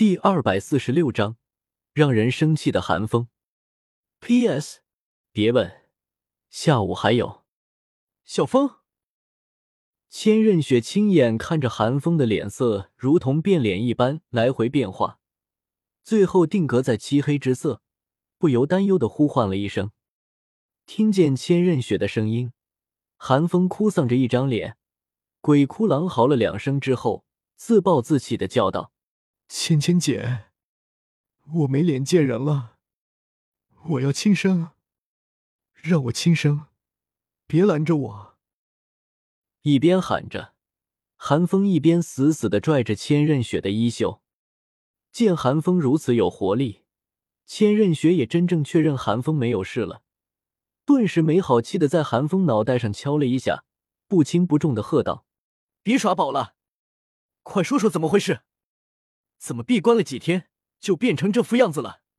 第246章，让人生气的寒风。PS， 别问，下午还有。 小风， 千仞雪亲眼看着寒风的脸色如同变脸一般来回变化，最后定格在漆黑之色，不由担忧地呼唤了一声。听见千仞雪的声音，寒风哭丧着一张脸，鬼哭狼嚎了2声之后，自暴自弃地叫道： 芊姐，我没脸见人了，我要轻生，让我轻生，别拦着我。 一边喊着，寒风一边死死地拽着千仞雪的衣袖。见寒风如此有活力，千仞雪也真正确认寒风没有事了，顿时没好气地在寒风脑袋上敲了一下，不轻不重地喝道： 别耍宝了，快说说怎么回事，怎么闭关了几天就变成这副样子了？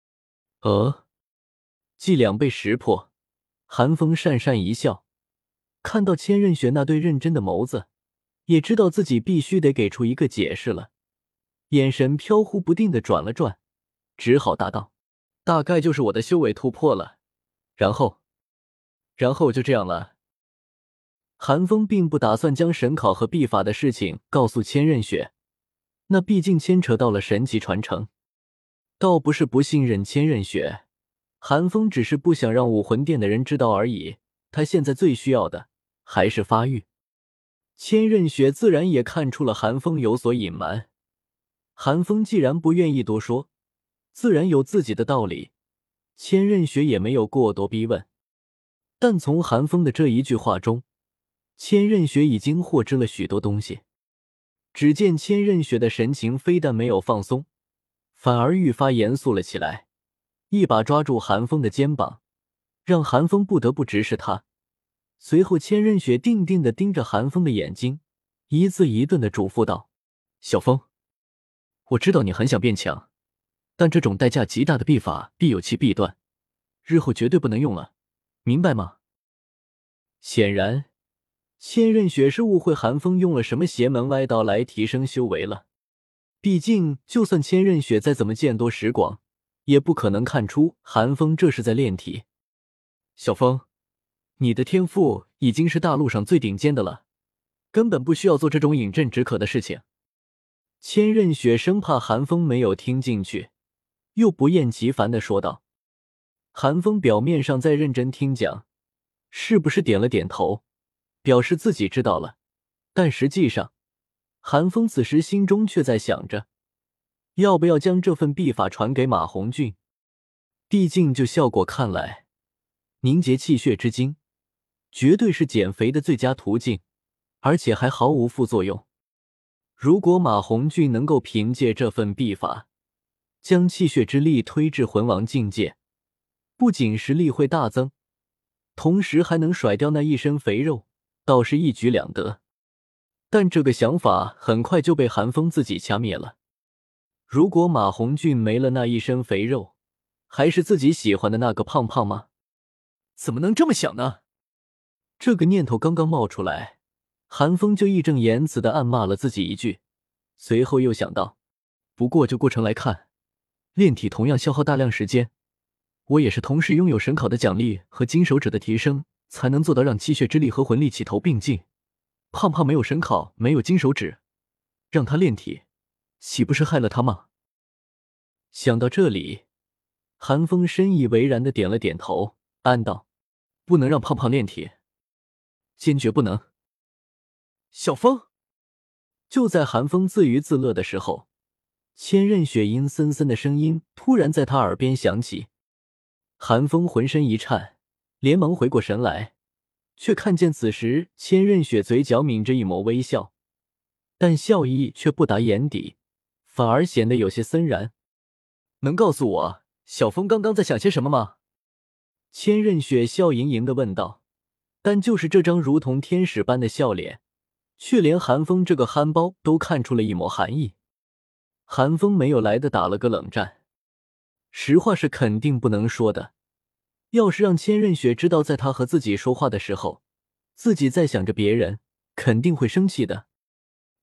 伎俩被识破，寒风讪讪一笑，看到千仞雪那对认真的眸子，也知道自己必须得给出一个解释了，眼神飘忽不定地转了转，只好答道：大概就是我的修为突破了，然后就这样了。寒风并不打算将神考和秘法的事情告诉千仞雪，那毕竟牵扯到了神级传承。倒不是不信任千仞雪，寒风只是不想让武魂殿的人知道而已，他现在最需要的还是发育。千仞雪自然也看出了寒风有所隐瞒，寒风既然不愿意多说，自然有自己的道理，千仞雪也没有过多逼问。但从寒风的这一句话中，千仞雪已经获知了许多东西。只见千仞雪的神情非但没有放松，反而愈发严肃了起来，一把抓住寒风的肩膀，让寒风不得不直视他。随后千仞雪定定地盯着寒风的眼睛，一字一顿地嘱咐道：小风，我知道你很想变强，但这种代价极大的秘法必有其弊端，日后绝对不能用了，明白吗？显然千仞雪是误会寒风用了什么邪门歪道来提升修为了。毕竟就算千仞雪再怎么见多识广，也不可能看出寒风这是在练体。小风，你的天赋已经是大陆上最顶尖的了，根本不需要做这种饮鸩止渴的事情。千仞雪生怕寒风没有听进去，又不厌其烦地说道。寒风表面上在认真听讲，是不是点了点头，表示自己知道了，但实际上寒风此时心中却在想着，要不要将这份秘法传给马红俊。毕竟就效果看来，凝结气血之精绝对是减肥的最佳途径，而且还毫无副作用。如果马红俊能够凭借这份秘法将气血之力推至魂王境界，不仅实力会大增，同时还能甩掉那一身肥肉，倒是一举两得。但这个想法很快就被寒风自己掐灭了。如果马红俊没了那一身肥肉，还是自己喜欢的那个胖胖吗？ 怎么能这么想呢？ 这个念头刚刚冒出来，寒风就义正言辞地暗骂了自己一句，随后又想到，不过就过程来看，炼体同样消耗大量时间，我也是同时拥有神考的奖励和金手指的提升，才能做到让气血之力和魂力齐头并进。胖胖没有神考，没有金手指，让他炼体，岂不是害了他吗？想到这里，寒风深以为然地点了点头，暗道：不能让胖胖炼体，坚决不能。 小风， 就在寒风自娱自乐的时候，千仞雪阴森森的声音突然在他耳边响起。寒风浑身一颤，连忙回过神来，却看见此时千仞雪嘴角抿着一抹微笑，但笑意却不达眼底，反而显得有些森然。能告诉我小风刚刚在想些什么吗？千仞雪笑盈盈地问道，但就是这张如同天使般的笑脸，却连寒风这个憨包都看出了一抹寒意。寒风没有来的打了个冷战，实话是肯定不能说的，要是让千仞雪知道在他和自己说话的时候，自己在想着别人，肯定会生气的。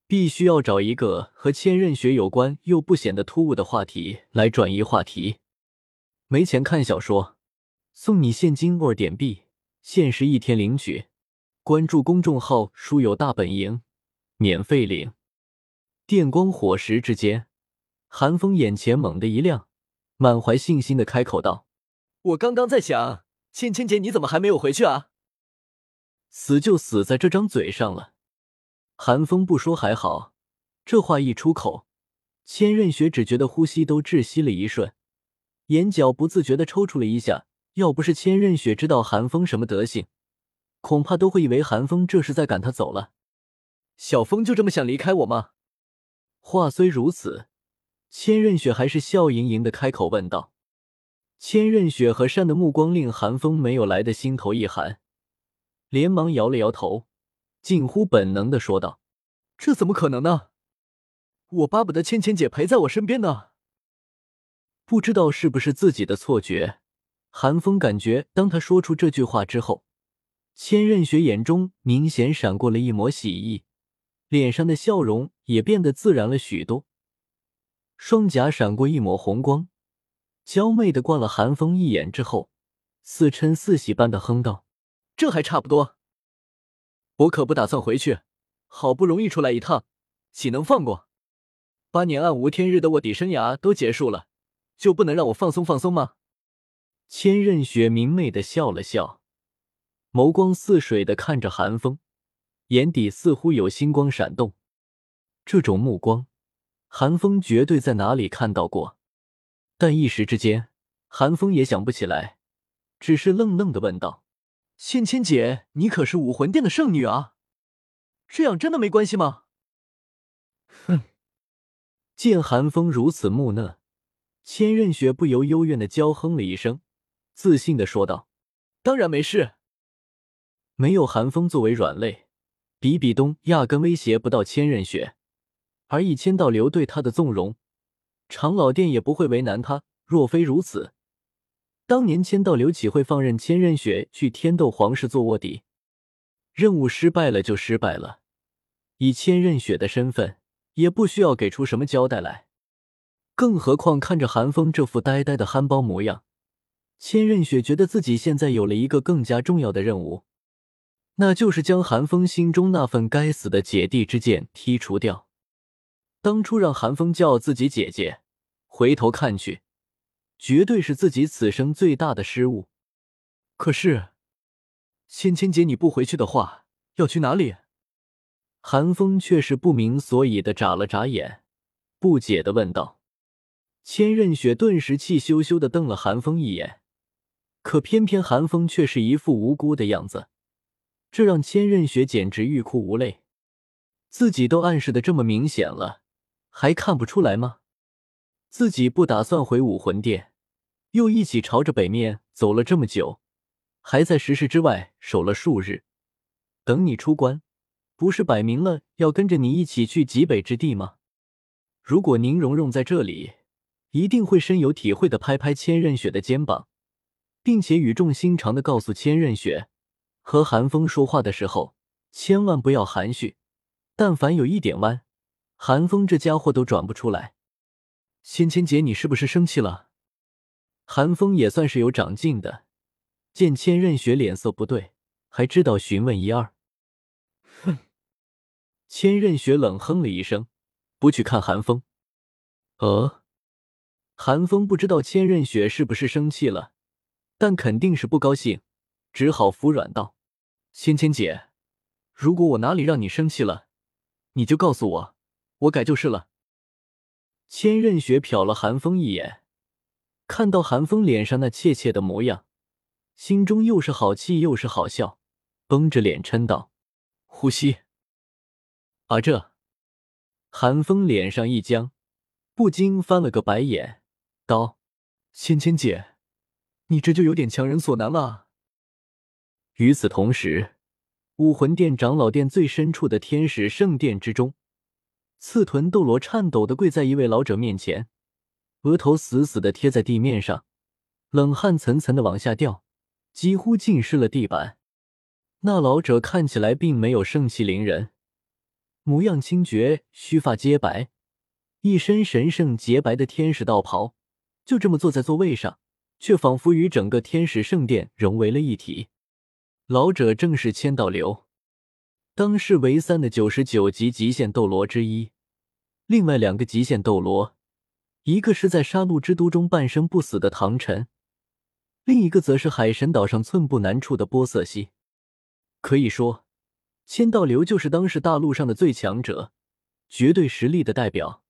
必须要找一个和千仞雪有关又不显得突兀的话题来转移话题。没钱看小说，送你现金或点币，限时1天领取。关注公众号书友大本营，免费领。电光火石之间，韩风眼前猛地一亮，满怀信心地开口道： 我刚刚在想，芊芊姐你怎么还没有回去啊？ 死就死在这张嘴上了。韩风不说还好，这话一出口，千仞雪只觉得呼吸都窒息了一瞬，眼角不自觉地抽搐了一下。要不是千仞雪知道韩风什么德行，恐怕都会以为韩风这是在赶他走了。 小风就这么想离开我吗？ 话虽如此，千仞雪还是笑盈盈地开口问道。千仞雪和善的目光令韩风没有来的心头一寒，连忙摇了摇头，近乎本能地说道： 这怎么可能呢？我巴不得芊芊姐陪在我身边呢。 不知道是不是自己的错觉，韩风感觉当他说出这句话之后，千仞雪眼中明显闪过了一抹喜意，脸上的笑容也变得自然了许多，双颊闪过一抹红光，娇媚地灌了韩风一眼之后，似嗔似喜般的哼道： 这还差不多，我可不打算回去，好不容易出来一趟，岂能放过？8年暗无天日的卧底生涯都结束了，就不能让我放松放松吗？ 千仞雪明媚地笑了笑，眸光似水地看着韩风，眼底似乎有星光闪动。这种目光，韩风绝对在哪里看到过，但一时之间，韩风也想不起来，只是愣愣地问道： 芊芊姐，你可是武魂殿的圣女啊，这样真的没关系吗？ 哼！见韩风如此木讷，千仞雪不由幽怨地娇哼了一声，自信地说道： 当然没事。 没有韩风作为软肋，比比东压根威胁不到千仞雪，而以千道流对他的纵容，长老殿也不会为难他。若非如此，当年千道流岂会放任千仞雪去天斗皇室做卧底？任务失败了就失败了，以千仞雪的身份，也不需要给出什么交代来。更何况看着韩风这副呆呆的憨包模样，千仞雪觉得自己现在有了一个更加重要的任务，那就是将韩风心中那份该死的姐弟之见剔除掉。当初让韩风叫自己姐姐，回头看去，绝对是自己此生最大的失误。 可是，芊芊姐你不回去的话，要去哪里？ 韩风却是不明所以的眨了眨眼，不解地问道。千仞雪顿时气羞羞地瞪了韩风一眼，可偏偏韩风却是一副无辜的样子，这让千仞雪简直欲哭无泪。自己都暗示的这么明显了，还看不出来吗？自己不打算回武魂殿，又一起朝着北面走了这么久，还在10室之外守了数日，等你出关，不是摆明了要跟着你一起去极北之地吗？如果宁荣荣在这里，一定会深有体会地拍拍千仞雪的肩膀，并且语重心长地告诉千仞雪，和韩风说话的时候千万不要含蓄，但凡有一点弯，韩风这家伙都转不出来。 芊芊姐你是不是生气了？ 韩风也算是有长进的，见千仞雪脸色不对，还知道询问一二。 哼！ 千仞雪冷哼了一声，不去看韩风。韩风不知道千仞雪是不是生气了，但肯定是不高兴，只好服软道： 芊芊姐，如果我哪里让你生气了，你就告诉我，我改就是了。 千仞雪瞟了韩风一眼，看到韩风脸上那怯怯的模样，心中又是好气又是好笑，绷着脸嗔道： 呼吸。 啊这！韩风脸上一僵，不禁翻了个白眼，道： 芊芊姐，你这就有点强人所难了啊。 与此同时，武魂殿长老殿最深处的天使圣殿之中，刺豚斗罗颤抖地跪在一位老者面前，额头死死地贴在地面上，冷汗涔涔地往下掉，几乎浸湿了地板。那老者看起来并没有盛气凌人， 模样清绝，须发皆白，一身神圣洁白的天使道袍，就这么坐在座位上，却仿佛与整个天使圣殿融为了一体。老者正是千道流，当世为3的99级极限斗罗之一。另外2个极限斗罗，一个是在杀戮之都中半生不死的唐晨，另一个则是海神岛上寸步难触的波瑟西。可以说，千道流就是当时大陆上的最强者，绝对实力的代表。